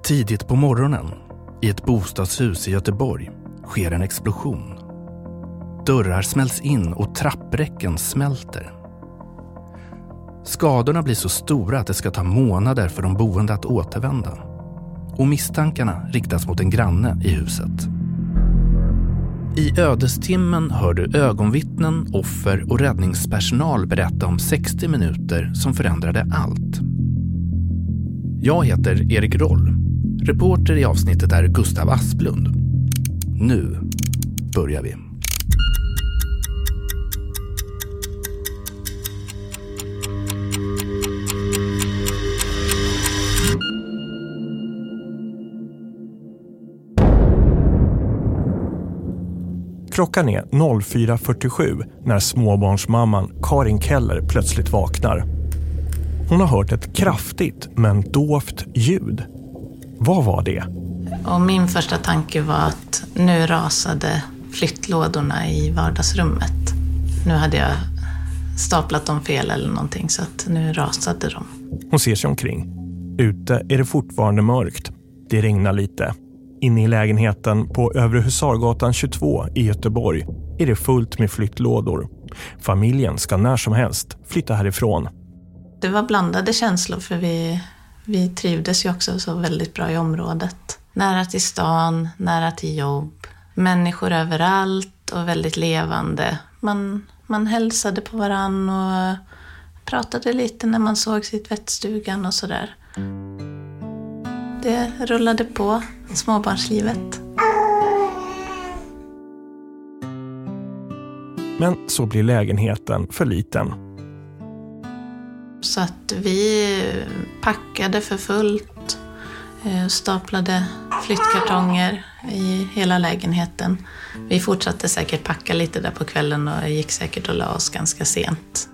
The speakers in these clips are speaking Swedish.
Tidigt på morgonen, i ett bostadshus i Göteborg, sker en explosion. Dörrar smälls in och trappräcken smälter. Skadorna blir så stora att det ska ta månader för de boende att återvända. Och misstankarna riktas mot en granne i huset. I ödestimmen hör du ögonvittnen, offer och räddningspersonal berätta om 60 minuter som förändrade allt. Jag heter Erik Roll. Reporter i avsnittet är Gustav Asplund. Nu börjar vi. Klockan är 04.47 när småbarnsmamman Karin Keller plötsligt vaknar. Hon har hört ett kraftigt men dovt ljud. Vad var det? Och min första tanke var att nu rasade flyttlådorna i vardagsrummet. Nu hade jag staplat dem fel eller någonting så att nu rasade de. Hon ser sig omkring. Ute är det fortfarande mörkt. Det regnar lite. Inne i lägenheten på Övre Husargatan 22 i Göteborg är det fullt med flyttlådor. Familjen ska när som helst flytta härifrån. Det var blandade känslor för vi trivdes ju också så väldigt bra i området. Nära till stan, nära till jobb. Människor överallt och väldigt levande. Man hälsade på varann och pratade lite när man såg sig i tvättstugan och sådär. Det rullade på, småbarnslivet. Men så blir lägenheten för liten. Så att vi packade för fullt, staplade flyttkartonger i hela lägenheten. Vi fortsatte säkert packa lite där på kvällen och gick säkert och la oss ganska sent.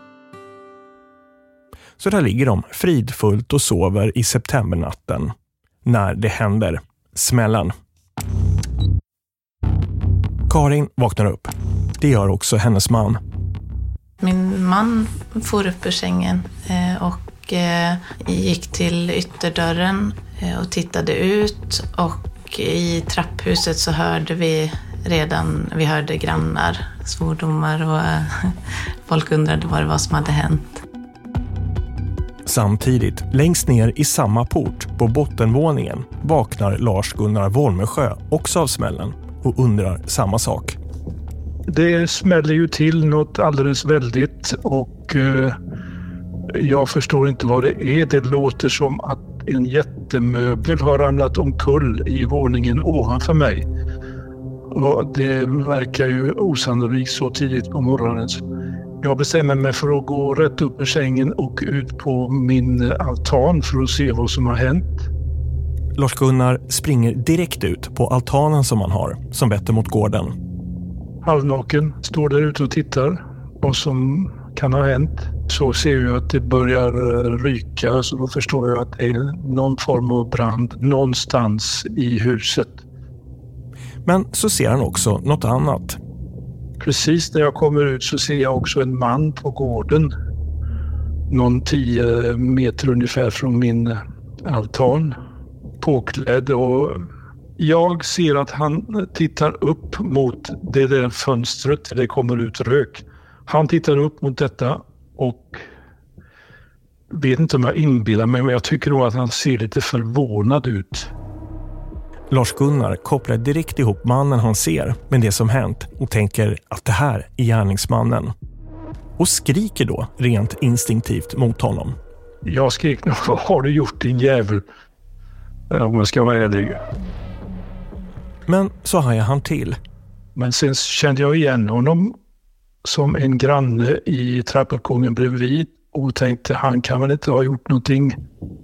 Så där ligger de fridfullt och sover i septembernatten. När det händer, smällen. Karin vaknar upp. Det gör också hennes man. Min man for upp ur sängen och gick till ytterdörren och tittade ut. Och i trapphuset så hörde vi hörde grannar, svordomar och folk undrade vad det var som hade hänt. Samtidigt, längst ner i samma port på bottenvåningen vaknar Lars-Gunnar Wolmesjö också av smällen och undrar samma sak. Det smäller ju till något alldeles väldigt och jag förstår inte vad det är. Det låter som att en jättemöbel har ramlat omkull i våningen ovanför mig. Och det verkar ju osannolikt så tidigt på morgonen. Jag bestämmer mig för att gå rätt upp ur sängen och ut på min altan för att se vad som har hänt. Lars-Gunnar springer direkt ut på altanen som han har, som vetter mot gården. Halvnaken, står där ute och tittar vad som kan ha hänt. Så ser jag att det börjar ryka, så då förstår jag att det är någon form av brand någonstans i huset. Men så ser han också något annat. Precis när jag kommer ut så ser jag också en man på gården. Någon 10 meter ungefär från min altan. Påklädd och jag ser att han tittar upp mot det där fönstret där det kommer ut rök. Han tittar upp mot detta och vet inte om jag inbillar mig, men jag tycker nog att han ser lite förvånad ut. Lars-Gunnar kopplar direkt ihop mannen han ser med det som hänt och tänker att det här är gärningsmannen. Och skriker då rent instinktivt mot honom. Jag skrek nog, vad har du gjort din jävel? Om jag ska vara ärlig. Men så hajar han till. Men sen kände jag igen honom som en granne i trappuppgången bredvid och tänkte, han kan väl inte ha gjort någonting.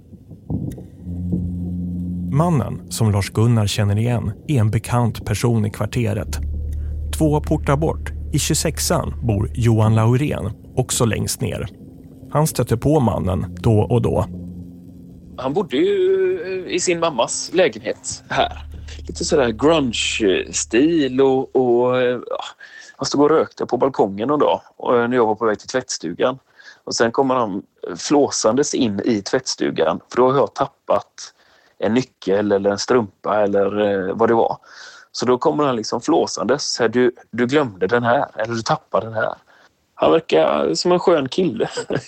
Mannen som Lars-Gunnar känner igen är en bekant person i kvarteret. 2 portar bort, i 26an, bor Johan Laurén, också längst ner. Han stöter på mannen då och då. Han bodde ju i sin mammas lägenhet här. Lite sådär grunge-stil och han stod och rökte på balkongen någon dag när jag var på väg till tvättstugan. Och sen kommer han flåsandes in i tvättstugan, för då har jag tappat en nyckel eller en strumpa eller vad det var. Så då kommer han liksom flåsandes. Du glömde den här, eller du tappade den här. Han verkar som en skön kille.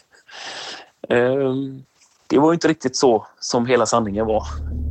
Det var inte riktigt så som hela sanningen var.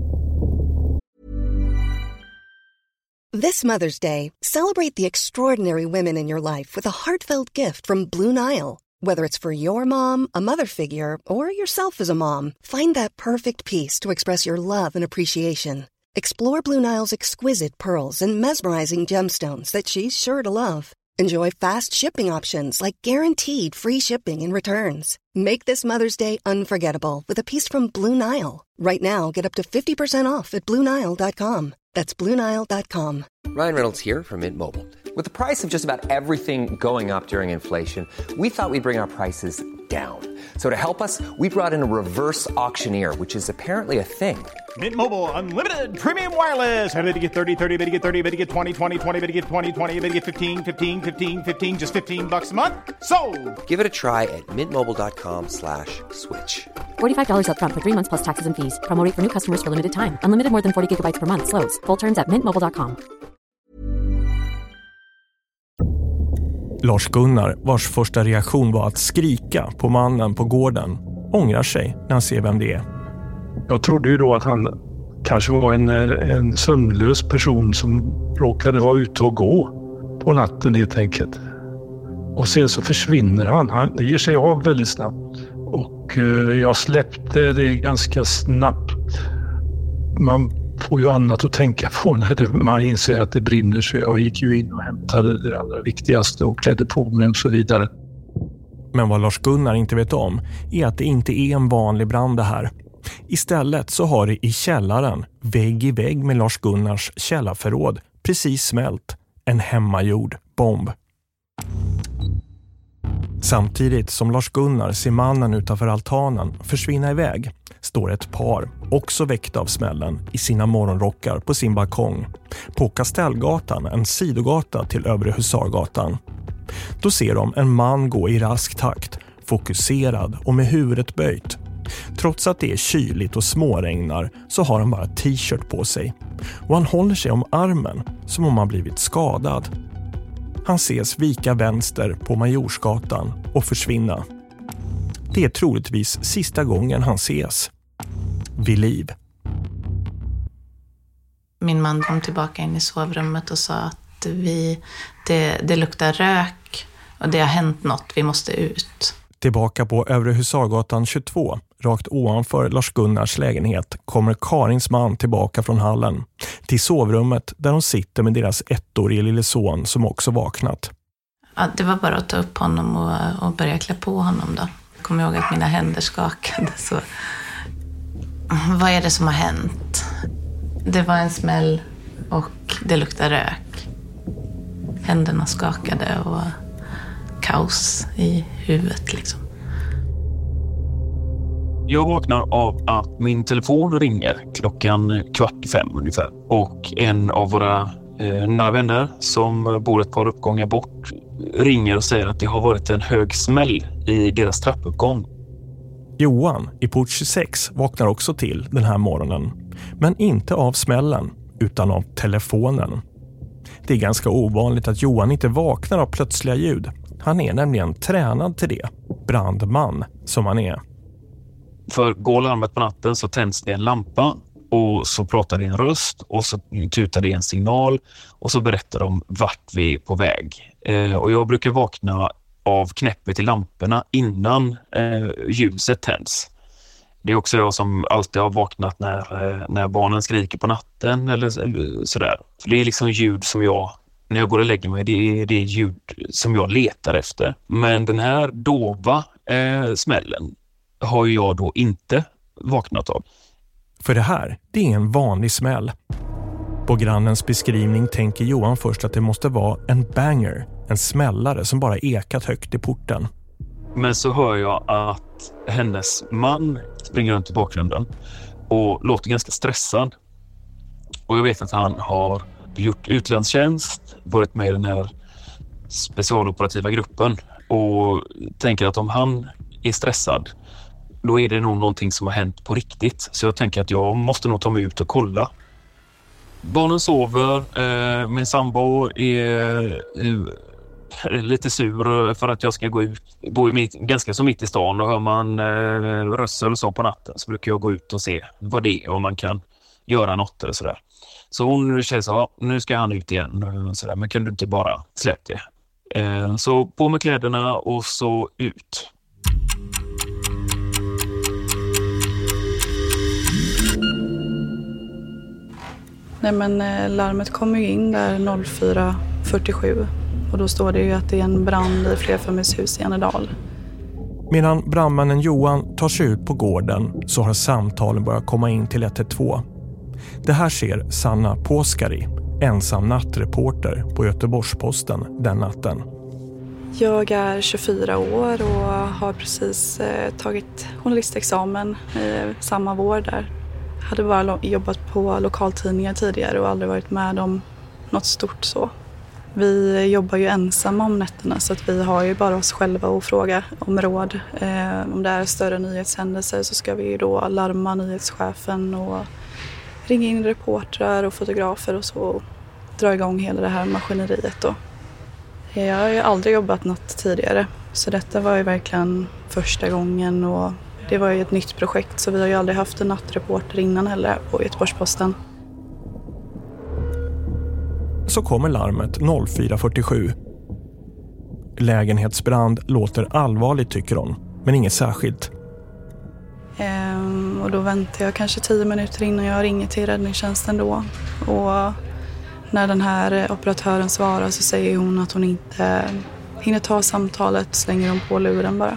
This Mother's Day, celebrate the extraordinary women in your life with a heartfelt gift from Blue Nile. Whether it's for your mom, a mother figure, or yourself as a mom, find that perfect piece to express your love and appreciation. Explore Blue Nile's exquisite pearls and mesmerizing gemstones that she's sure to love. Enjoy fast shipping options like guaranteed free shipping and returns. Make this Mother's Day unforgettable with a piece from Blue Nile. Right now, get up to 50% off at BlueNile.com. That's BlueNile.com. Ryan Reynolds here from Mint Mobile. With the price of just about everything going up during inflation, we thought we'd bring our prices down. So to help us, we brought in a reverse auctioneer, which is apparently a thing. Mint Mobile Unlimited Premium Wireless. How to get 30, 30, bit to get 30, bit to get 20, 20, 20, bit to get 20, 20, bit to get 15, 15, 15, 15, just $15 a month? Sold! Give it a try at mintmobile.com/switch. $45 up front for 3 months plus taxes and fees. Promo rate for new customers for limited time. Unlimited more than 40 gigabytes per month. Slows full terms at mintmobile.com. Lars-Gunnar, vars första reaktion var att skrika på mannen på gården, ångrar sig när han ser vem det är. Jag trodde ju då att han kanske var en sömnlös person som råkade vara ute och gå på natten helt enkelt. Och sen så försvinner han. Han ger sig av väldigt snabbt. Och jag släppte det ganska snabbt. Man får ju annat att tänka på när man inser att det brinner, så jag gick ju in och hämtade det allra viktigaste och klädde på mig och så vidare. Men vad Lars-Gunnar inte vet om är att det inte är en vanlig brand det här. Istället så har det i källaren, vägg i vägg med Lars-Gunnars källarförråd, precis smält en hemmagjord bomb. Samtidigt som Lars-Gunnar ser mannen utanför altanen försvinna iväg står ett par, också väckta av smällen, i sina morgonrockar på sin balkong på Kastellgatan, en sidogata till Övre Husargatan. Då ser de en man gå i rask takt, fokuserad och med huvudet böjt. Trots att det är kyligt och småregnar så har han bara t-shirt på sig och han håller sig om armen som om han blivit skadad. Han ses vika vänster på Majorsgatan och försvinna. Det är troligtvis sista gången han ses vid liv. Min man kom tillbaka in i sovrummet och sa att det luktar rök och det har hänt något, vi måste ut. Tillbaka på Övre Husargatan 22, rakt ovanför Lars-Gunnars lägenhet, kommer Karins man tillbaka från hallen till sovrummet där de sitter med deras ettårige lille son som också vaknat. Ja, det var bara att ta upp honom och börja klä på honom då. Jag kommer ihåg att mina händer skakade. Så. Vad är det som har hänt? Det var en smäll och det luktade rök. Händerna skakade och kaos i huvudet liksom. Jag vaknar av att min telefon ringer 4:15 ungefär. Och en av våra nära vänner som bor ett par uppgångar bort ringer och säger att det har varit en hög smäll i deras trappuppgång. Johan i port 26 vaknar också till den här morgonen. Men inte av smällen utan av telefonen. Det är ganska ovanligt att Johan inte vaknar av plötsliga ljud. Han är nämligen tränad till det. Brandman som han är. För går larmet på natten så tänds det en lampa och så pratar det en röst och så tutar det en signal och så berättar de vart vi är på väg. Och jag brukar vakna av knäppet i lamporna innan ljuset tänds. Det är också jag som alltid har vaknat när barnen skriker på natten eller sådär. För det är liksom ljud som jag, när jag går och lägger mig, det är ljud som jag letar efter. Men den här dova smällen har jag då inte vaknat av. För det här, det är en vanlig smäll. På grannens beskrivning tänker Johan först att det måste vara en banger, en smällare som bara ekat högt i porten. Men så hör jag att hennes man springer runt i bakgrunden och låter ganska stressad. Och jag vet att han har gjort utlandstjänst, varit med i den här specialoperativa gruppen och tänker att om han är stressad då är det nog någonting som har hänt på riktigt. Så jag tänker att jag måste nog ta mig ut och kolla. Barnen sover. Min sambo är lite sur för att jag ska gå ut. Bor ganska så mitt i stan, och hör man rössel så på natten så brukar jag gå ut och se vad det är och man kan göra något eller sådär. Så hon säger så, nu ska han ut igen. Så där, men kan du inte bara släppa det? Så på med kläderna och så ut. Nej, men larmet kommer ju in där 04:47 och då står det ju att det är en brand i flerfamiljshus i Annedal. Medan brandmännen Johan tar sig ut på gården så har samtalen börjat komma in till 112. Det här ser Sanna Påskari, ensam nattreporter på Göteborgs-Posten den natten. Jag är 24 år och har precis tagit journalistexamen i samma vår där. Jag hade bara jobbat på lokaltidningar tidigare och aldrig varit med om något stort så. Vi jobbar ju ensamma om nätterna så att vi har ju bara oss själva att fråga om råd. Om det är större nyhetshändelser så ska vi ju då larma nyhetschefen och ringa in reportrar och fotografer och så dra igång hela det här maskineriet då. Jag har ju aldrig jobbat natt tidigare så detta var ju verkligen första gången och det var ju ett nytt projekt så vi har ju aldrig haft en nattreporter innan heller på Göteborgs-Posten. Så kommer larmet 04:47. Lägenhetsbrand låter allvarligt tycker hon, men inget särskilt. Och då väntar jag kanske 10 minuter innan jag ringer till räddningstjänsten då. Och när den här operatören svarar så säger hon att hon inte hinner ta samtalet, slänger hon på luren bara.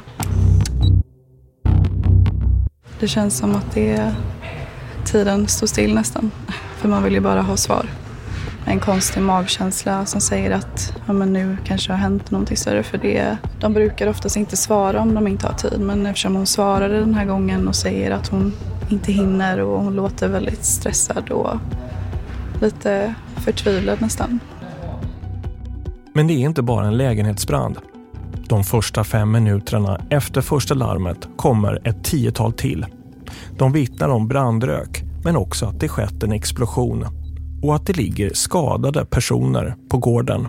Det känns som att tiden står still nästan, för man vill ju bara ha svar. En konstig magkänsla som säger att ja, men nu kanske har hänt någonting större för det. De brukar oftast inte svara om de inte har tid, men eftersom hon svarade den här gången och säger att hon inte hinner och hon låter väldigt stressad och lite förtvivlad nästan. Men det är inte bara en lägenhetsbrand. De första 5 minuterna efter första larmet kommer ett 10-tal till. De vittnar om brandrök, men också att det skett en explosion och att det ligger skadade personer på gården.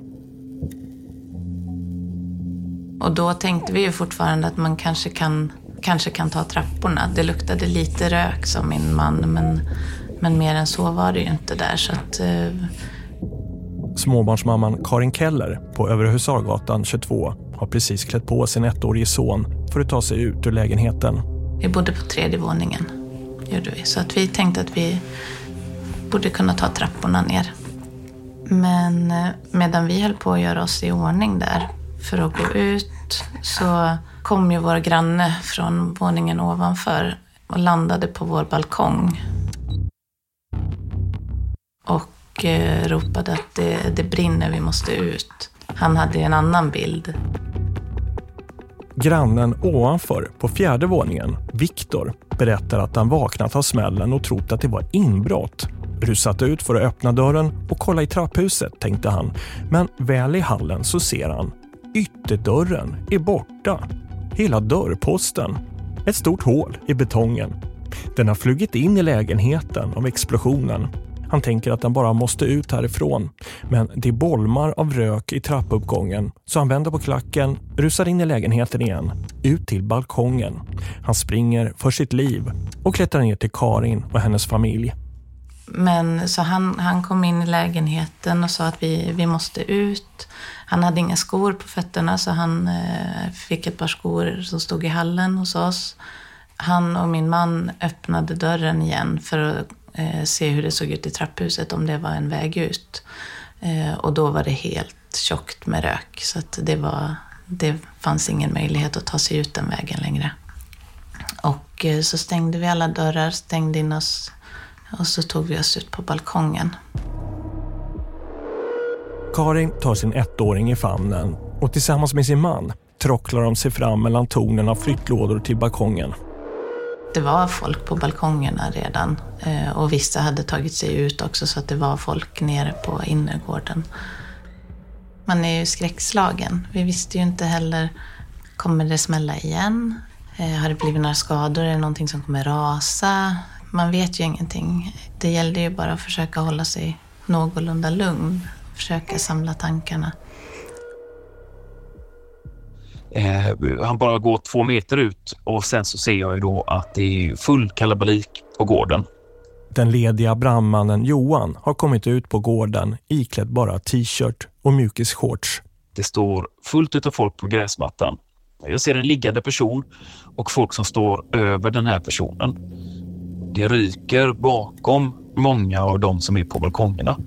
Och då tänkte vi ju fortfarande att man kanske kan ta trapporna. Det luktade lite rök som min man, men mer än så var det ju inte där. Så att, Småbarnsmamman Karin Keller på Överhusargatan 22 har precis klätt på sin 1-årige son för att ta sig ut ur lägenheten. Vi bodde på 3:e våningen, gjorde vi. Så att vi tänkte att vi borde kunna ta trapporna ner. Men medan vi höll på att göra oss i ordning där för att gå ut så kom ju vår granne från våningen ovanför och landade på vår balkong. Och ropade att det brinner, vi måste ut. Han hade en annan bild. Grannen ovanför på 4:e våningen, Viktor, berättar att han vaknat av smällen och trott att det var inbrott. Rusat ut för att öppna dörren och kolla i trapphuset, tänkte han. Men väl i hallen så ser han ytterdörren är borta. Hela dörrposten. Ett stort hål i betongen. Den har flugit in i lägenheten av explosionen. Han tänker att han bara måste ut härifrån. Men det bolmar av rök i trappuppgången så han vänder på klacken, rusar in i lägenheten igen. Ut till balkongen. Han springer för sitt liv och klättrar ner till Karin och hennes familj. Men så han kom in i lägenheten och sa att vi måste ut. Han hade inga skor på fötterna så han fick ett par skor som stod i hallen hos oss. Han och min man öppnade dörren igen för att se hur det såg ut i trapphuset, om det var en väg ut. Och då var det helt tjockt med rök så att det fanns ingen möjlighet att ta sig ut den vägen längre. Och så stängde vi alla dörrar, stängde in oss och så tog vi oss ut på balkongen. Karin tar sin 1-åring i famnen och tillsammans med sin man trocklar de sig fram mellan tornen av flyttlådor till balkongen. Det var folk på balkongerna redan och vissa hade tagit sig ut också så att det var folk nere på innergården. Man är ju skräckslagen. Vi visste ju inte heller, kommer det smälla igen? Har det blivit några skador? Är det någonting som kommer rasa? Man vet ju ingenting. Det gällde ju bara att försöka hålla sig någorlunda lugn. Försöka samla tankarna. Han bara går 2 meter ut och sen så ser jag ju då att det är full kalabalik på gården. Den lediga brandmannen Johan har kommit ut på gården iklädd bara t-shirt och mjukisshorts. Det står fullt utav folk på gräsmattan. Jag ser en liggande person och folk som står över den här personen. Det ryker bakom många av dem som är på balkongerna.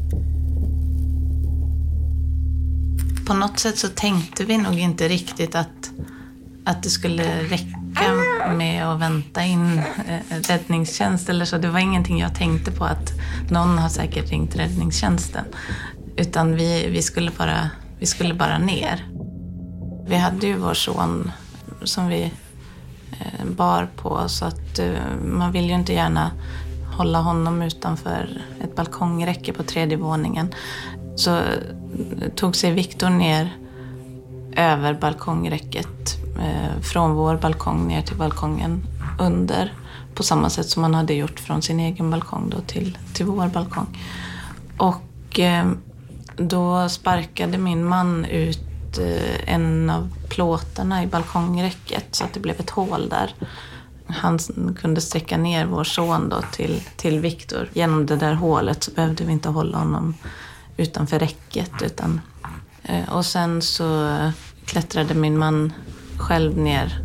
På något sätt så tänkte vi nog inte riktigt att det skulle räcka med att vänta in räddningstjänst eller så. Det var ingenting jag tänkte på att någon har säkert ringt räddningstjänsten. Utan vi skulle bara ner. Vi hade ju vår son som vi bar på så att man vill ju inte gärna hålla honom utanför ett balkongräcke på 3:e våningen. Så tog sig Viktor ner över balkongräcket från vår balkong ner till balkongen under på samma sätt som man hade gjort från sin egen balkong då till vår balkong. Och då sparkade min man ut en av plåtarna i balkongräcket så att det blev ett hål där. Han kunde sträcka ner vår son då till Viktor. Genom det där hålet så behövde vi inte hålla honom utanför räcket. Och sen så klättrade min man själv ner.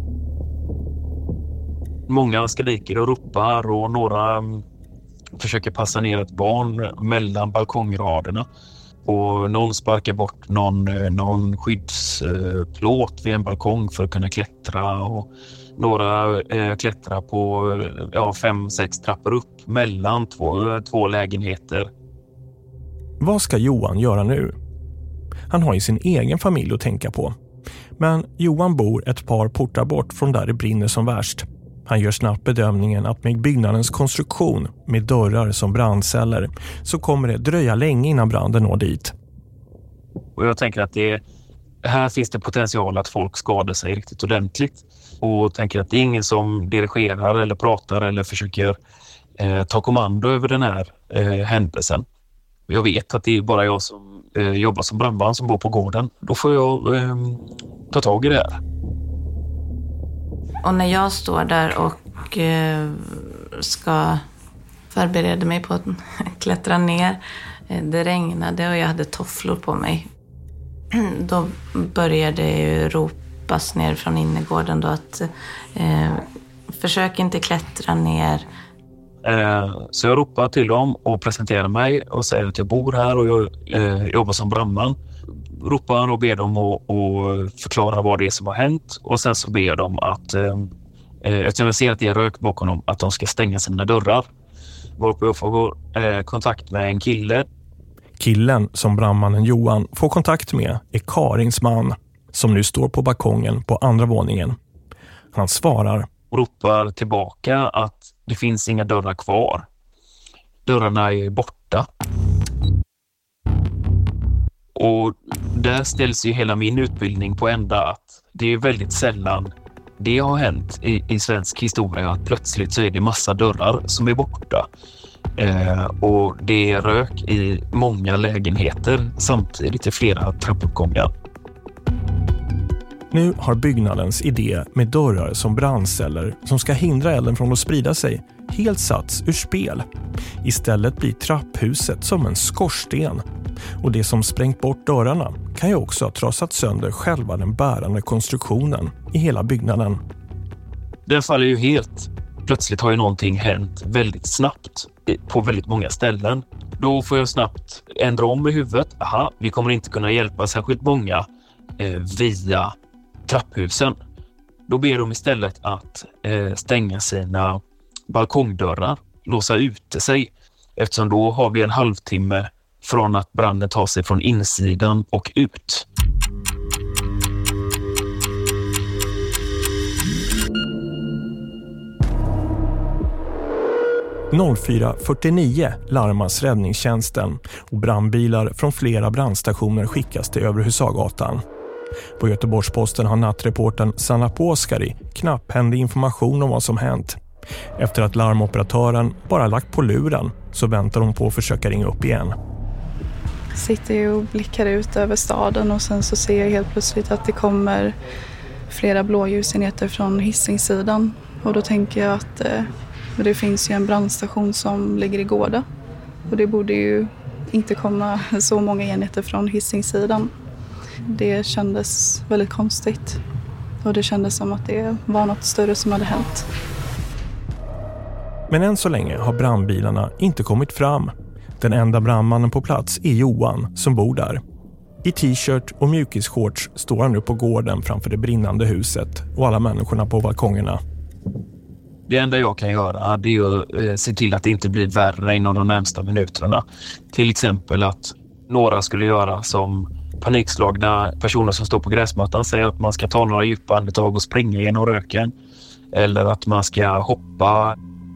Många skriker och ropar och några försöker passa ner ett barn mellan balkongraderna. Och någon sparkar bort någon skyddsplåt vid en balkong för att kunna klättra. Och några klättrar på 5-6 trappor upp mellan två lägenheter. Vad ska Johan göra nu? Han har ju sin egen familj att tänka på. Men Johan bor ett par portar bort från där det brinner som värst. Han gör snabbt bedömningen att med byggnadens konstruktion med dörrar som brandceller så kommer det dröja länge innan branden når dit. Och jag tänker att här finns det potential att folk skadar sig riktigt ordentligt. Och tänker att det är ingen som dirigerar eller pratar eller försöker ta kommando över den här händelsen. Jag vet att det är bara jag som jobbar som brandman som bor på gården. Då får jag ta tag i det här. Och när jag står där och ska förbereda mig på att klättra ner, det regnade och jag hade tofflor på mig. Då började det ju ropas ner från innergården då att försök inte klättra ner. Så jag ropar till dem och presenterar mig och säger att jag bor här och jag jobbar som brandman. Ropar och ber dem att förklara vad det är som har hänt. Och sen så ber de att, eftersom jag ser att det är rök bakom dem, att de ska stänga sina dörrar. Varpå jag får kontakt med en kille. Killen som brandmannen Johan får kontakt med är Karins man, som nu står på balkongen på andra våningen. Han svarar och ropar tillbaka att det finns inga dörrar kvar. Dörrarna är borta. Och där ställs ju hela min utbildning på ända att det är väldigt sällan det har hänt i svensk historia att plötsligt så är det massa dörrar som är borta. Och det är rök i många lägenheter samtidigt i flera trappuppgångar. Nu har byggnadens idé med dörrar som brandceller som ska hindra elden från att sprida sig helt satts ur spel. Istället blir trapphuset som en skorsten. Och det som sprängt bort dörrarna kan ju också ha trasat sönder själva den bärande konstruktionen i hela byggnaden. Den faller ju helt. Plötsligt har ju någonting hänt väldigt snabbt på väldigt många ställen. Då får jag snabbt ändra om i huvudet. Aha, vi kommer inte kunna hjälpa särskilt många via trapphusen. Då ber de istället att stänga sina balkongdörrar, låsa ute sig. Eftersom då har vi en halvtimme från att branden tar sig från insidan och ut. .00 4:49 larmas räddningstjänsten och brandbilar från flera brandstationer skickas till Övre Husagatan. På Göteborgs-Posten har nattreportern Sanna Påskari knapphändig information om vad som hänt. Efter att larmoperatören bara lagt på luren så väntar hon på att försöka ringa upp igen. Sitter och blickar ut över staden och sen så ser jag helt plötsligt att det kommer flera blåljusenheter från Hisingssidan. Och då tänker jag att det finns ju en brandstation som ligger i Gårda. Och det borde ju inte komma så många enheter från Hisingssidan. Det kändes väldigt konstigt. Och det kändes som att det var något större som hade hänt. Men än så länge har brandbilarna inte kommit fram. Den enda brandmannen på plats är Johan som bor där. I t-shirt och mjukisshorts står han nu på gården framför det brinnande huset och alla människorna på balkongerna. Det enda jag kan göra det är att se till att det inte blir värre inom de närmsta minuterna. Till exempel att några skulle göra som panikslagna personer som står på gräsmattan säger att man ska ta några djupa andetag och springa genom röken. Eller att man ska hoppa.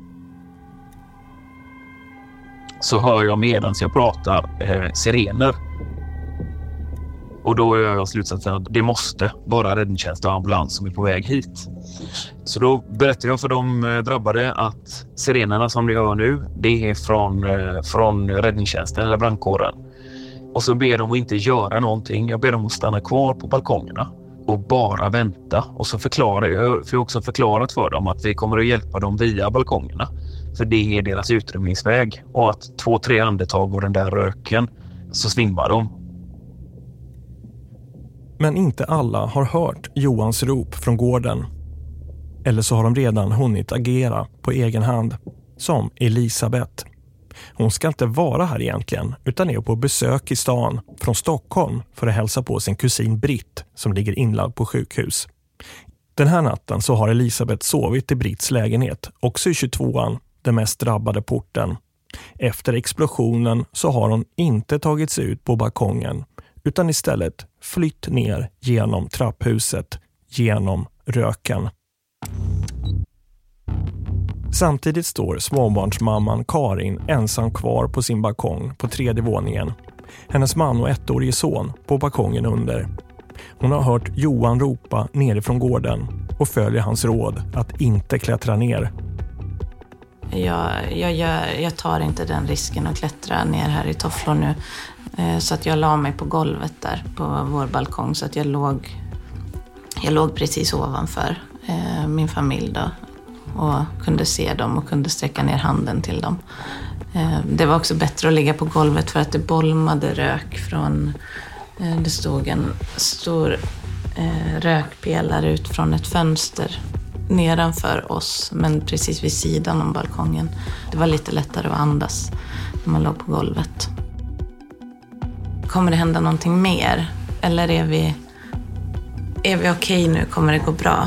Så hör jag medan jag pratar sirener. Och då gör jag slutsatsen att det måste vara räddningstjänst och ambulans som är på väg hit. Så då berättar jag för de drabbade att sirenerna som ni hör nu, det är från räddningstjänsten eller brandkåren. Och så ber de att inte göra någonting. Jag ber dem att stanna kvar på balkongerna och bara vänta. Och så förklarar jag också förklarat för dem att vi kommer att hjälpa dem via balkongerna. För det är deras utrymningsväg. Och att 2-3 andetag och den där röken så svimmar de. Men inte alla har hört Johans rop från gården. Eller så har de redan hunnit agera på egen hand. Som Elisabeth. Hon ska inte vara här egentligen utan är på besök i stan från Stockholm för att hälsa på sin kusin Britt som ligger inlagd på sjukhus. Den här natten så har Elisabeth sovit i Britts lägenhet, också i 22an, den mest drabbade porten. Efter explosionen så har hon inte tagit sig ut på balkongen utan istället flytt ner genom trapphuset, genom röken. Samtidigt står småbarnsmamman Karin ensam kvar på sin balkong på 3:e våningen. Hennes man och 1-årige son på balkongen under. Hon har hört Johan ropa nerifrån gården och följer hans råd att inte klättra ner. Jag tar inte den risken att klättra ner här i tofflor nu. Så att jag la mig på golvet där på vår balkong. Så att jag låg precis ovanför min familj då. Och kunde se dem och kunde sträcka ner handen till dem. Det var också bättre att ligga på golvet för att det bolmade rök från... Det stod en stor rökpelare ut från ett fönster nedanför oss, men precis vid sidan om balkongen. Det var lite lättare att andas när man låg på golvet. Kommer det hända någonting mer? Eller är vi okej nu? Kommer det gå bra?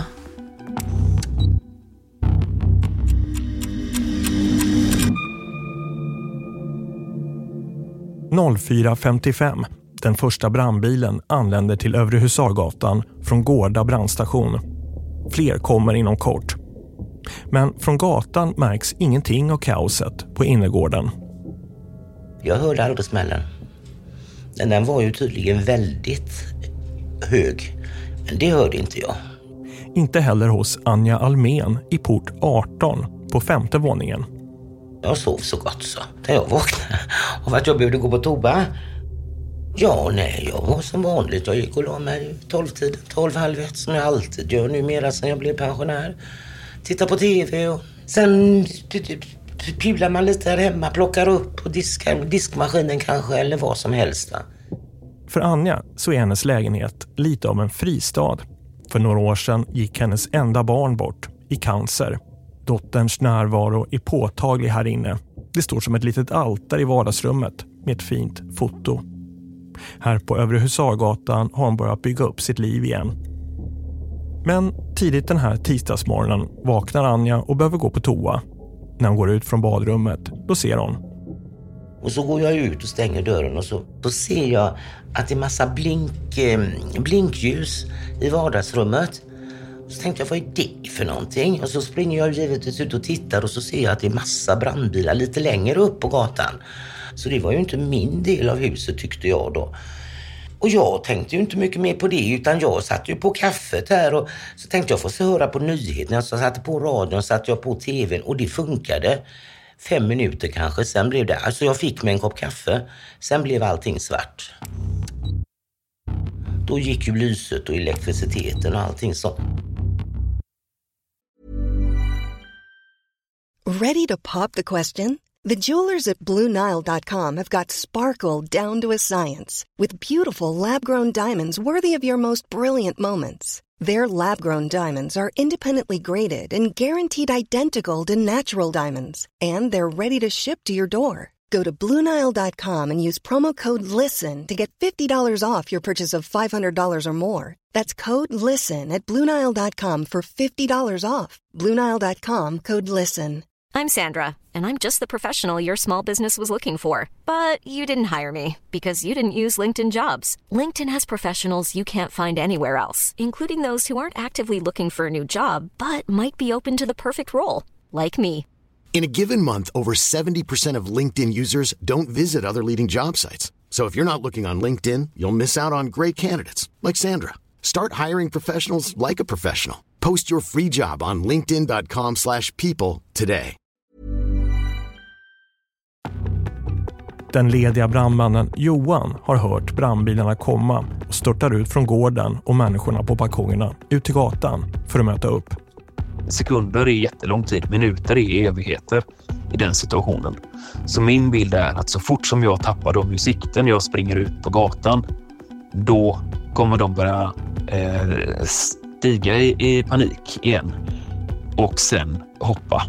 – 04:55. Den första brandbilen anländer till Övre Husargatan från Gårda brandstation. Fler kommer inom kort. Men från gatan märks ingenting av kaoset på innergården. Jag hörde aldrig smällen. Den var ju tydligen väldigt hög. Men det hörde inte jag. Inte heller hos Anja Almén i port 18 på 5:e våningen. Jag sov så gott så. När jag vaknade och att jag behövde gå på toa. Ja, nej, jag var som vanligt. Jag gick och la mig 12-tiden, 12:30 som jag alltid gör numera sedan jag blev pensionär. Titta på tv och sen pyvlar man lite här hemma, plockar upp och diskmaskinen kanske eller vad som helst. För Anja så är hennes lägenhet lite av en fristad. För några år sedan gick hennes enda barn bort i cancer. Dotterns närvaro är påtaglig här inne. Det står som ett litet altare i vardagsrummet med ett fint foto. Här på Övre Husargatan har hon börjat bygga upp sitt liv igen. Men tidigt den här tisdagsmorgonen vaknar Anja och behöver gå på toa. När hon går ut från badrummet, då ser hon. Och så går jag ut och stänger dörren och så ser jag att det är massa blinkljus i vardagsrummet. Så tänkte jag, vad är det för någonting? Och så springer jag givetvis ut och tittar och så ser jag att det är massa brandbilar lite längre upp på gatan. Så det var ju inte min del av huset tyckte jag då. Och jag tänkte ju inte mycket mer på det, utan jag satt ju på kaffet här och så tänkte jag få höra på nyheterna. Så jag satte på radion, satte jag på tvn och det funkade. 5 minuter kanske, sen blev det, alltså jag fick mig en kopp kaffe, sen blev allting svart. Då gick ju lyset och elektriciteten och allting så. Ready to pop the question? The jewelers at BlueNile.com have got sparkle down to a science with beautiful lab-grown diamonds worthy of your most brilliant moments. Their lab-grown diamonds are independently graded and guaranteed identical to natural diamonds, and they're ready to ship to your door. Go to BlueNile.com and use promo code LISTEN to get $50 off your purchase of $500 or more. That's code LISTEN at BlueNile.com for $50 off. BlueNile.com, code LISTEN. I'm Sandra, and I'm just the professional your small business was looking for. But you didn't hire me because you didn't use LinkedIn Jobs. LinkedIn has professionals you can't find anywhere else, including those who aren't actively looking for a new job, but might be open to the perfect role, like me. In a given month, over 70% of LinkedIn users don't visit other leading job sites. So if you're not looking on LinkedIn, you'll miss out on great candidates like Sandra. Start hiring professionals like a professional. Post your free job on linkedin.com/people today. Den lediga brandmannen Johan har hört brandbilarna komma och störtar ut från gården och människorna på balkongerna ut till gatan för att möta upp. Sekunder är jättelång tid, minuter är evigheter i den situationen. Så min bild är att så fort som jag tappar dem ur sikten, jag springer ut på gatan, då kommer de börja stiga i panik igen och sen hoppa.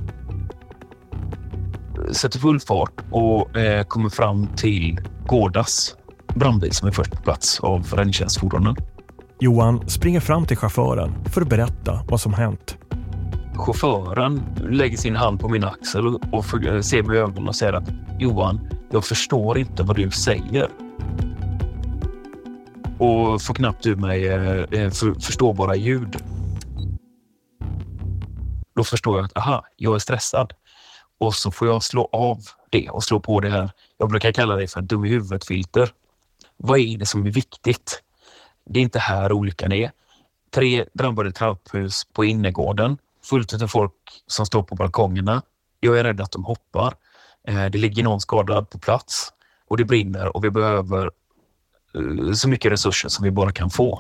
Sätter full fart och kommer fram till Gårdas brandbil som är först på plats av räddningstjänstfordonen. Johan springer fram till chauffören för att berätta vad som hänt. Chauffören lägger sin hand på min axel och ser mig i ögonen och säger att Johan, jag förstår inte vad du säger. Och får knappt ur mig förståbara ljud. Då förstår jag att jag är stressad. Och så får jag slå av det och slå på det här. Jag brukar kalla det för dum i huvudet-filter. Vad är det som är viktigt? Det är inte här olyckan är. 3 drabbade trapphus på innergården. Fullt av folk som står på balkongerna. Jag är rädd att de hoppar. Det ligger någon skadad på plats. Och det brinner och vi behöver så mycket resurser som vi bara kan få.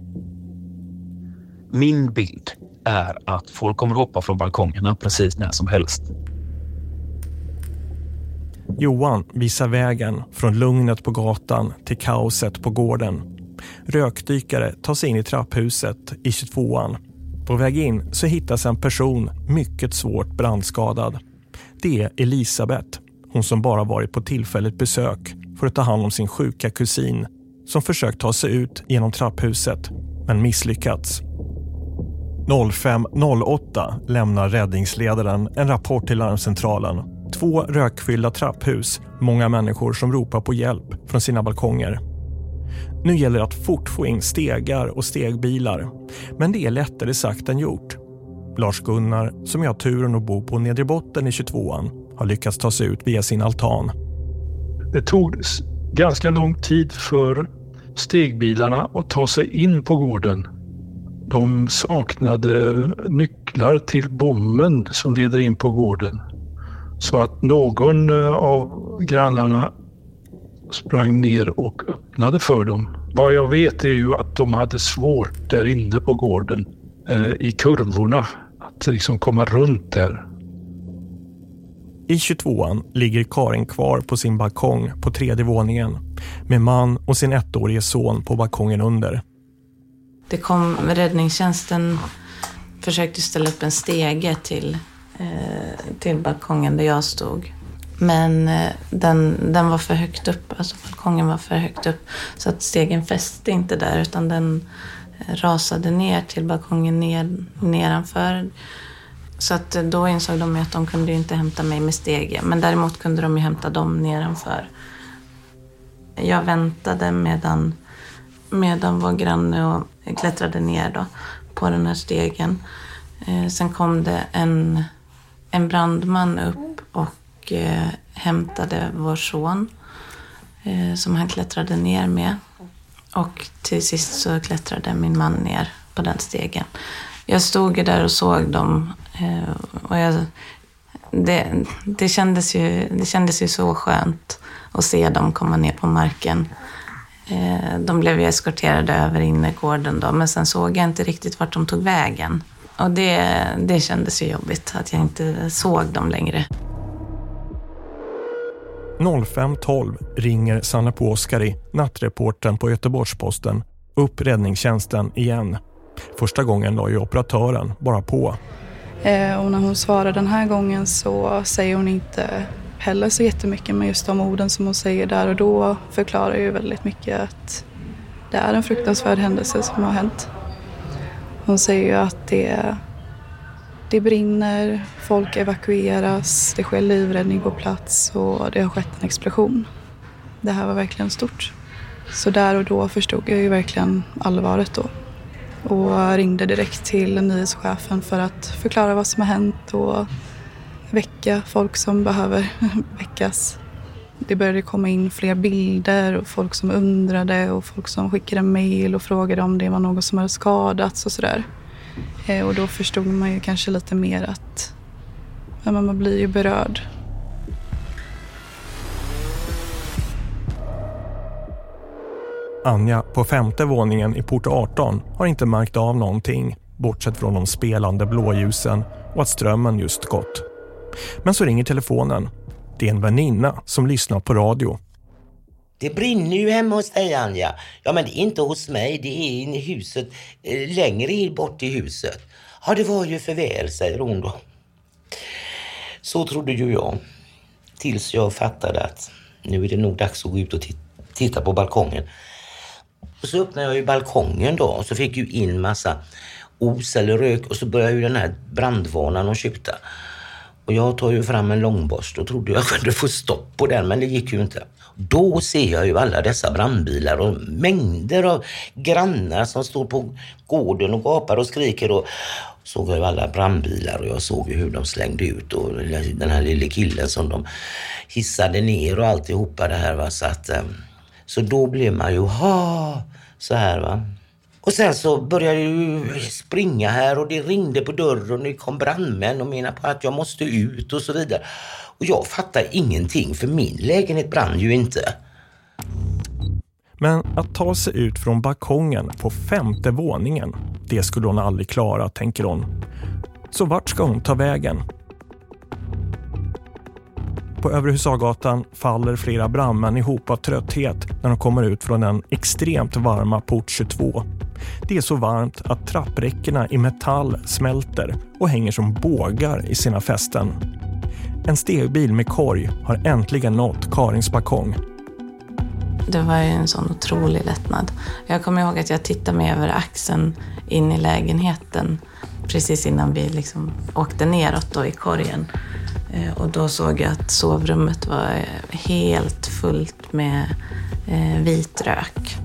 Min bild är att folk kommer hoppa från balkongerna precis när som helst. Johan visar vägen från lugnet på gatan till kaoset på gården. Rökdykare tar sig in i trapphuset i 22an. På väg in så hittas en person mycket svårt brandskadad. Det är Elisabeth, hon som bara varit på tillfälligt besök för att ta hand om sin sjuka kusin som försökt ta sig ut genom trapphuset men misslyckats. 05:08 lämnar räddningsledaren en rapport till larmcentralen. 2 rökfyllda trapphus, många människor som ropar på hjälp från sina balkonger. Nu gäller det att fort få in stegar och stegbilar, men det är lättare sagt än gjort. Lars-Gunnar, som jag har turen att bo på nedre botten i 22an, har lyckats ta sig ut via sin altan. Det tog ganska lång tid för stegbilarna att ta sig in på gården. De saknade nycklar till bommen som leder in på gården. Så att någon av grannarna sprang ner och öppnade för dem. Vad jag vet är ju att de hade svårt där inne på gården i kurvorna att liksom komma runt där. I 22an ligger Karin kvar på sin balkong på 3:e våningen med man och sin 1-årige son på balkongen under. Det kom räddningstjänsten, försökte ställa upp en stege till balkongen där jag stod. Men den var för högt upp, alltså balkongen var för högt upp så att stegen fäste inte där utan den rasade ner till balkongen nedanför. Så att då insåg de att de kunde inte hämta mig med stege, men däremot kunde de ju hämta dem nedanför. Jag väntade medan vår granne och klättrade ner då på den här stegen. Sen kom det en brandman upp och hämtade vår son som han klättrade ner med. Och till sist så klättrade min man ner på den stegen. Jag stod ju där och såg dem. Och det kändes ju så skönt att se dem komma ner på marken. De blev ju eskorterade över innergården då, men sen såg jag inte riktigt vart de tog vägen. Och det kändes ju jobbigt att jag inte såg dem längre. 05:12 ringer Sanna Puoskari, nattreporten på Göteborgs-Posten, upp räddningstjänsten igen. Första gången la ju operatören bara på. Och när hon svarar den här gången så säger hon inte heller så jättemycket, men just de orden som hon säger där och då förklarar ju väldigt mycket att det är en fruktansvärd händelse som har hänt. Hon säger ju att det brinner, folk evakueras, det sker livräddning på plats och det har skett en explosion. Det här var verkligen stort. Så där och då förstod jag ju verkligen allvaret då. Och ringde direkt till nyhetschefen för att förklara vad som har hänt och väcka folk som behöver väckas. Det började komma in fler bilder och folk som undrade och folk som skickade mejl och frågade om det var något som hade skadats och sådär. Och då förstod man ju kanske lite mer att man blir ju berörd. Anja på 5:e våningen i port 18 har inte märkt av någonting, bortsett från de spelande blåljusen och att strömmen just gått. Men så ringer telefonen. Det är en väninna som lyssnar på radio. Det brinner ju hemma hos dig, Anja. Ja, men det är inte hos mig, det är inne i huset, längre bort i huset. Ja, det var ju för väl, säger hon då. Så trodde ju jag. Tills jag fattade att nu är det nog dags att gå ut och titta på balkongen. Och så öppnade jag ju balkongen då och så fick ju in massa os eller rök och så började ju den här brandvarnaren att tjuta. Och jag tar ju fram en långborst och trodde jag kunde få stopp på den, men det gick ju inte. Då ser jag ju alla dessa brandbilar och mängder av grannar som står på gården och gapar och skriker, och såg jag ju alla brandbilar och jag såg ju hur de slängde ut och den här lilla killen som de hissade ner och alltihopa det här, va. Så då blev man ju så här, va. Och sen så började jag ju springa här och det ringde på dörren och det kom brandmän och menade på att jag måste ut och så vidare. Och jag fattar ingenting för min lägenhet brann ju inte. Men att ta sig ut från balkongen på 5:e våningen, det skulle hon aldrig klara, tänker hon. Så vart ska hon ta vägen? På Övre Husargatan faller flera brandmän ihop av trötthet när de kommer ut från den extremt varma port 22. Det är så varmt att trappräckena i metall smälter och hänger som bågar i sina fästen. En stegbil med korg har äntligen nått Karins balkong. Det var ju en sån otrolig lättnad. Jag kommer ihåg att jag tittade mig över axeln in i lägenheten precis innan vi liksom åkte neråt då i korgen. Och då såg jag att sovrummet var helt fullt med vit rök.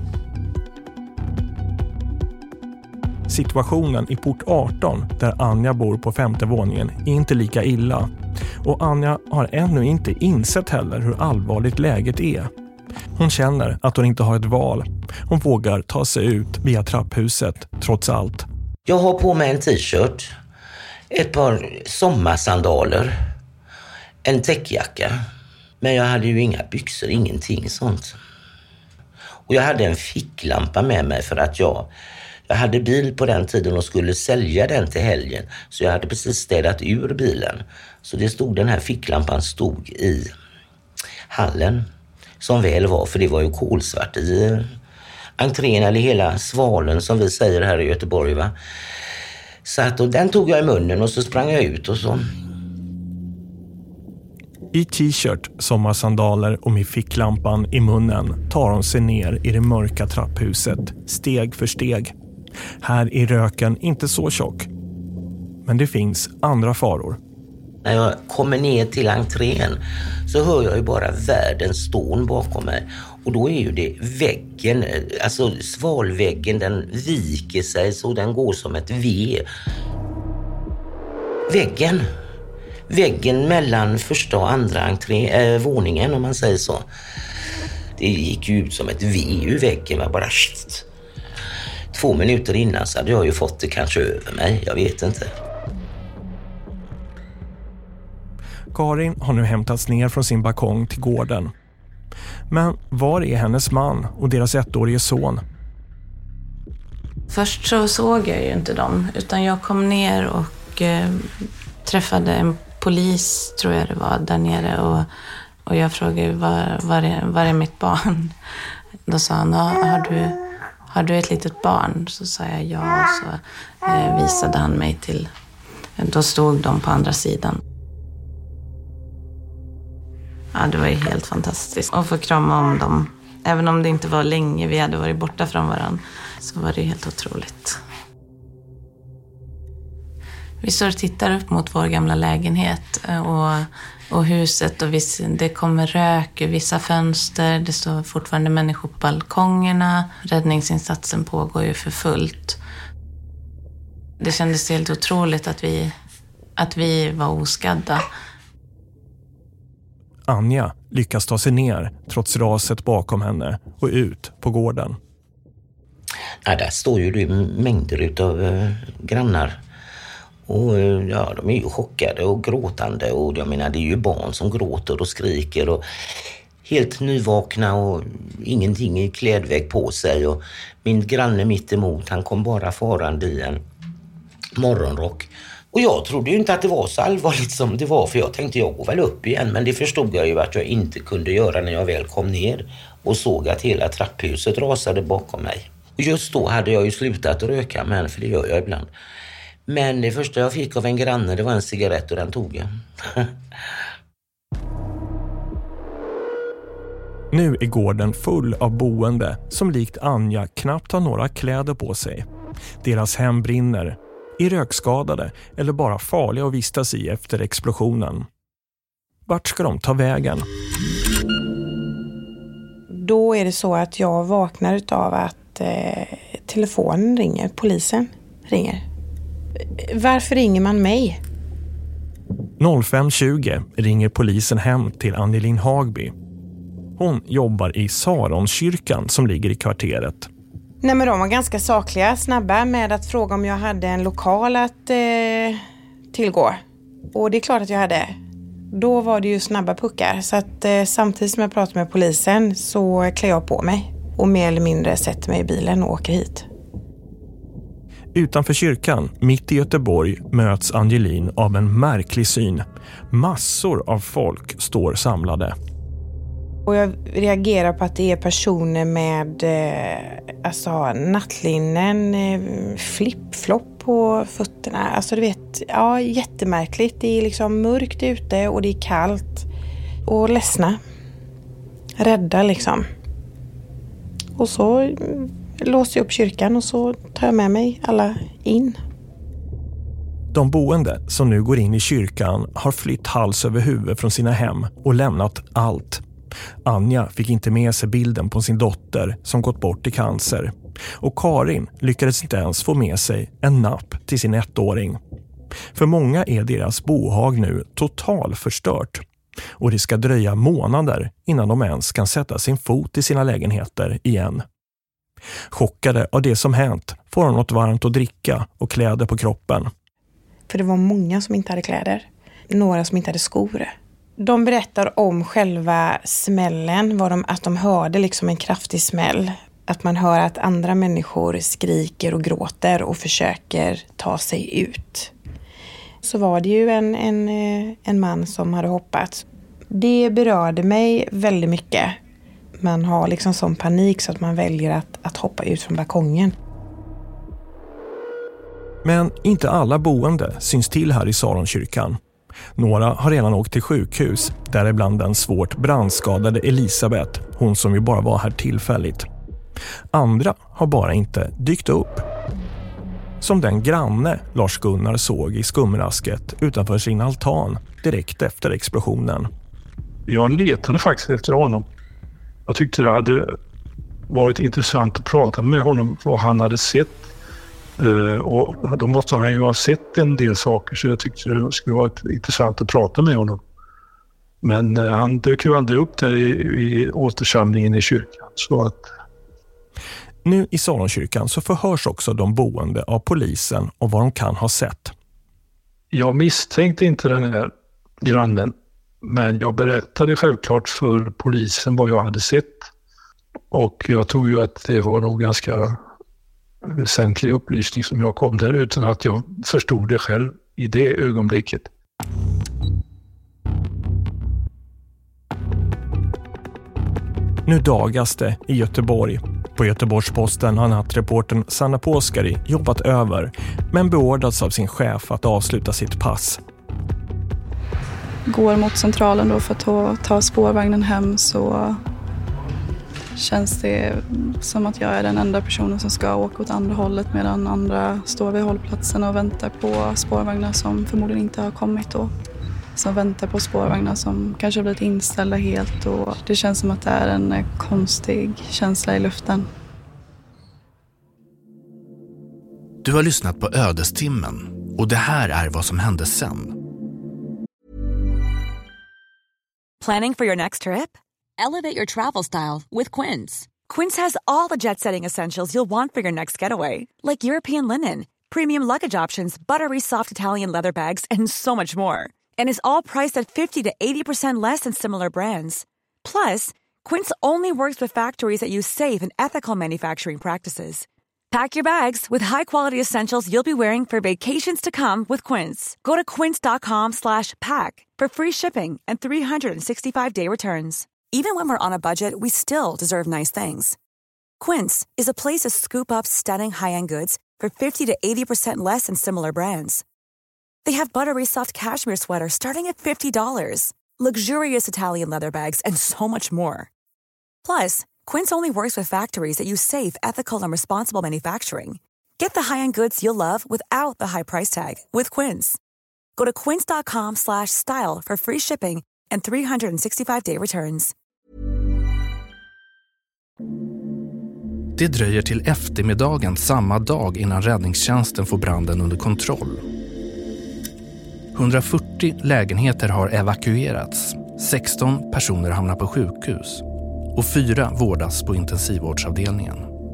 Situationen i port 18, där Anja bor på 5:e våningen, är inte lika illa. Och Anja har ännu inte insett heller hur allvarligt läget är. Hon känner att hon inte har ett val. Hon vågar ta sig ut via trapphuset, trots allt. Jag har på mig en t-shirt, ett par sommarsandaler, en täckjacka. Men jag hade ju inga byxor, ingenting sånt. Och jag hade en ficklampa med mig för att jag hade bil på den tiden och skulle sälja den till helgen. Så jag hade precis städat ur bilen. Så den här ficklampan stod i hallen. Som väl var, för det var ju kolsvart i entrén, eller hela svalen som vi säger här i Göteborg, va. Så att, och den tog jag i munnen och så sprang jag ut och så. I t-shirt, sommarsandaler och med ficklampan i munnen tar hon sig ner i det mörka trapphuset, steg för steg. Här är röken inte så tjock. Men det finns andra faror. När jag kommer ner till entrén så hör jag ju bara världens stån bakom mig. Och då är ju det väggen, alltså svalväggen, den viker sig så den går som ett V. Väggen mellan första och andra våningen, om man säger så. Det gick ju ut som ett V ur väggen. Men bara 2 minuter innan så hade jag ju fått det kanske över mig. Jag vet inte. Karin har nu hämtats ner från sin balkong till gården. Men var är hennes man och deras 1-årige son? Först så såg jag ju inte dem, utan jag kom ner och träffade en polis, tror jag det var, där nere. Och jag frågade, var är mitt barn? Då sa han, har du ett litet barn? Så sa jag ja, och så visade han mig till. Då stod de på andra sidan. Ja, det var ju helt fantastiskt att få krama om dem. Även om det inte var länge vi hade varit borta från varandra, så var det helt otroligt. Vi står och tittar upp mot vår gamla lägenhet och huset, och det kommer rök ur vissa fönster. Det står fortfarande människor på balkongerna. Räddningsinsatsen pågår ju för fullt. Det kändes helt otroligt att vi var oskadda. Anja lyckas ta sig ner trots raset bakom henne och ut på gården. Ja, där står ju det mängder av grannar. Och ja, de är ju chockade och gråtande. Och jag menar, det är ju barn som gråter och skriker och helt nyvakna och ingenting i klädväg på sig. Och min granne mitt emot, han kom bara farande i en morgonrock. Och jag trodde ju inte att det var så allvarligt som det var, för jag tänkte jag går väl upp igen. Men det förstod jag ju att jag inte kunde göra när jag väl kom ner och såg att hela trapphuset rasade bakom mig. Och just då hade jag ju slutat röka, men för det gör jag ibland. Men det första jag fick av en granne, det var en cigarett och den tog jag. Nu är gården full av boende som likt Anja knappt har några kläder på sig. Deras hem brinner, är rökskadade eller bara farliga att vistas i efter explosionen. Vart ska de ta vägen? Då är det så att jag vaknar utav att telefonen ringer, polisen ringer. Varför ringer man mig? 05:20 ringer polisen hem till Annelin Hagby. Hon jobbar i Saronkyrkan som ligger i kvarteret. Nej, men de var ganska sakliga, snabba med att fråga om jag hade en lokal att tillgå. Och det är klart att jag hade. Då var det ju snabba puckar. Så att samtidigt som jag pratade med polisen så klär jag på mig. Och mer eller mindre sätter mig i bilen och åker hit. Utanför kyrkan, mitt i Göteborg, möts Angelin av en märklig syn. Massor av folk står samlade. Och jag reagerar på att det är personer med nattlinnen, flip-flop på fötterna. Alltså du vet, ja, jättemärkligt. Det är liksom mörkt ute och det är kallt. Och ledsna. Rädda liksom. Och så låser jag upp kyrkan och så tar jag med mig alla in. De boende som nu går in i kyrkan har flytt hals över huvud från sina hem och lämnat allt. Anja fick inte med sig bilden på sin dotter som gått bort i cancer. Och Karin lyckades inte ens få med sig en napp till sin 1-åring. För många är deras bohag nu total förstört. Och det ska dröja månader innan de ens kan sätta sin fot i sina lägenheter igen. Chockade av det som hänt får de något varmt att dricka och kläder på kroppen. För det var många som inte hade kläder. Några som inte hade skor. De berättar om själva smällen. Att de hörde liksom en kraftig smäll. Att man hör att andra människor skriker och gråter och försöker ta sig ut. Så var det ju en man som hade hoppat. Det berörde mig väldigt mycket. Man har liksom sån panik så att man väljer att hoppa ut från balkongen. Men inte alla boende syns till här i Saronkyrkan. Några har redan åkt till sjukhus, däribland den svårt brandskadade Elisabeth, hon som ju bara var här tillfälligt. Andra har bara inte dykt upp. Som den granne Lars Gunnar såg i skumrasket utanför sin altan direkt efter explosionen. Jag letade faktiskt efter honom. Jag tyckte det hade varit intressant att prata med honom, vad han hade sett. Och då måste han ju ha sett en del saker, så jag tyckte det skulle vara intressant att prata med honom. Men han dök ju aldrig upp där i återsamlingen i kyrkan. Så att... Nu i Salonkyrkan så förhörs också de boende av polisen och vad de kan ha sett. Jag misstänkte inte den här grannen, men jag berättade självklart för polisen vad jag hade sett. Och jag tror ju att det var nog ganska väsentlig upplysning som jag kom där utan att jag förstod det själv i det ögonblicket. Nu dagas det i Göteborg. På Göteborgs-Posten har nattreportern Sanna Påskari jobbat över, men beordrats av sin chef att avsluta sitt pass. Går mot centralen då för att ta spårvagnen hem, så känns det som att jag är den enda personen som ska åka åt andra hållet, medan andra står vid hållplatsen och väntar på spårvagnar som förmodligen inte har kommit då. Som väntar på spårvagnar som kanske har blivit inställda helt, och det känns som att det är en konstig känsla i luften. Du har lyssnat på Ödestimmen och det här är vad som hände sen. Planning for your next trip? Elevate your travel style with Quince. Quince has all the jet-setting essentials you'll want for your next getaway, like European linen, premium luggage options, buttery soft Italian leather bags, and so much more. And is all priced at 50 to 80% less than similar brands. Plus, Quince only works with factories that use safe and ethical manufacturing practices. Pack your bags with high-quality essentials you'll be wearing for vacations to come with Quince. Go to quince.com/pack for free shipping and 365-day returns. Even when we're on a budget, we still deserve nice things. Quince is a place to scoop up stunning high-end goods for 50 to 80% less than similar brands. They have buttery soft cashmere sweaters starting at $50, luxurious Italian leather bags, and so much more. Plus, Quince only works with factories that use safe, ethical, and responsible manufacturing. Get the high-end goods you'll love without the high price tag with Quince. Go to quince.com/style for free shipping and 365-day returns. Det dröjer till eftermiddagen samma dag innan räddningstjänsten får branden under kontroll. 140 lägenheter har evakuerats, 16 personer hamnar på sjukhus och 4 vårdas på intensivvårdsavdelningen.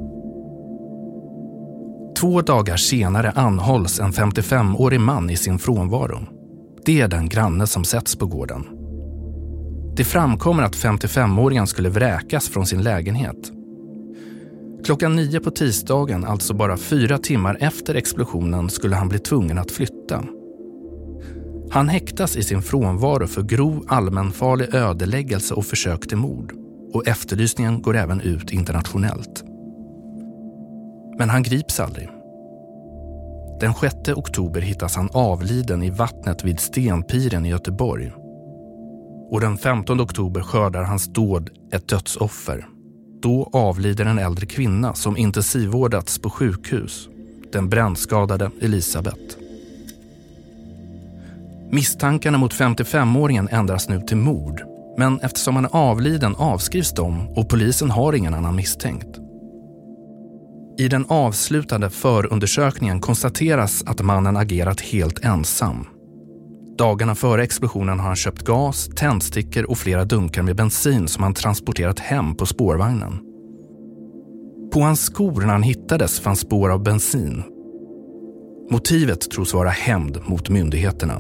2 dagar senare anhålls en 55-årig man i sin frånvaro. Det är den granne som sätts på gården. Det framkommer att 55-åringen skulle vräkas från sin lägenhet. Klockan 9 på tisdagen, alltså bara 4 timmar efter explosionen, skulle han bli tvungen att flytta. Han häktas i sin frånvaro för grov allmänfarlig ödeläggelse och försök till mord. Och efterlysningen går även ut internationellt. Men han grips aldrig. Den 6 oktober hittas han avliden i vattnet vid Stenpiren i Göteborg. Och den 15 oktober skördar hans dåd ett dödsoffer. Då avlider en äldre kvinna som intensivvårdats på sjukhus. Den brännskadade Elisabeth. Misstankarna mot 55-åringen ändras nu till mord. Men eftersom han är avliden avskrivs de och polisen har ingen annan misstänkt. I den avslutade förundersökningen konstateras att mannen agerat helt ensam. Dagarna före explosionen har han köpt gas, tändstickor och flera dunkar med bensin som han transporterat hem på spårvagnen. På hans skor när han hittades fanns spår av bensin. Motivet tros vara hämnd mot myndigheterna.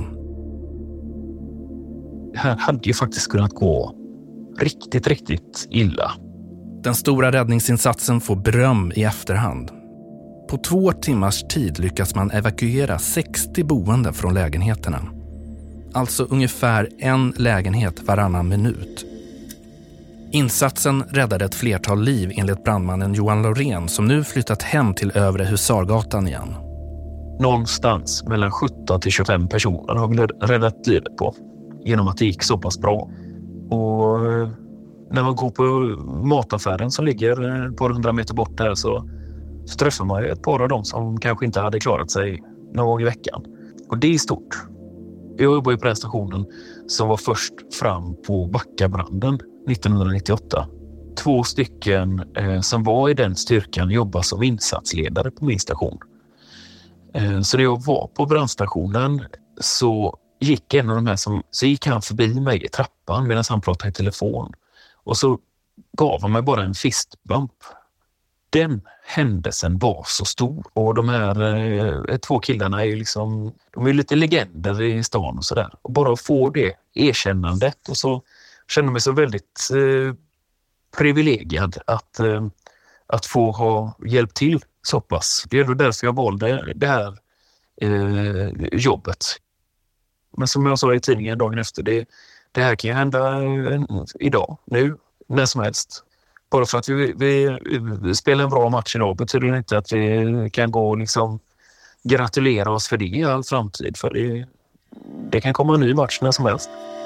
Det här hade ju faktiskt kunnat gå riktigt illa. Den stora räddningsinsatsen får beröm i efterhand. På 2 timmars tid lyckas man evakuera 60 boende från lägenheterna. Alltså ungefär 1 lägenhet varannan minut. Insatsen räddade ett flertal liv enligt brandmannen Johan Lorén som nu flyttat hem till Övre Husargatan igen. Någonstans mellan 17 till 25 personer har vi räddat livet på. Genom att det gick så pass bra. Och när man går på mataffären som ligger ett par 100 meter bort där så träffar man ett par av dem som kanske inte hade klarat sig någon gång i veckan. Och det är stort. Jag jobbar ju på den stationen som var först fram på Backabranden 1998. 2 stycken som var i den styrkan jobbar som insatsledare på min station. Så när jag var på brandstationen så gick en av de här så gick han förbi mig i trappan medan han pratade i telefon. Och så gav han mig bara en fistbump. Den händelsen var så stor. Och de här 2 killarna är ju liksom, de är lite legender i stan och sådär. Och bara att få det erkännandet, och så känner jag mig så väldigt privilegierad att få ha hjälpt till så pass. Det är då därför jag valde det här jobbet. Men som jag sa i tidningen dagen efter, det här kan ju hända idag, nu, när som helst. Bara för att vi spelar en bra match idag betyder det inte att vi kan gå och liksom gratulera oss för det i all framtid. För det kan komma en ny match när som helst.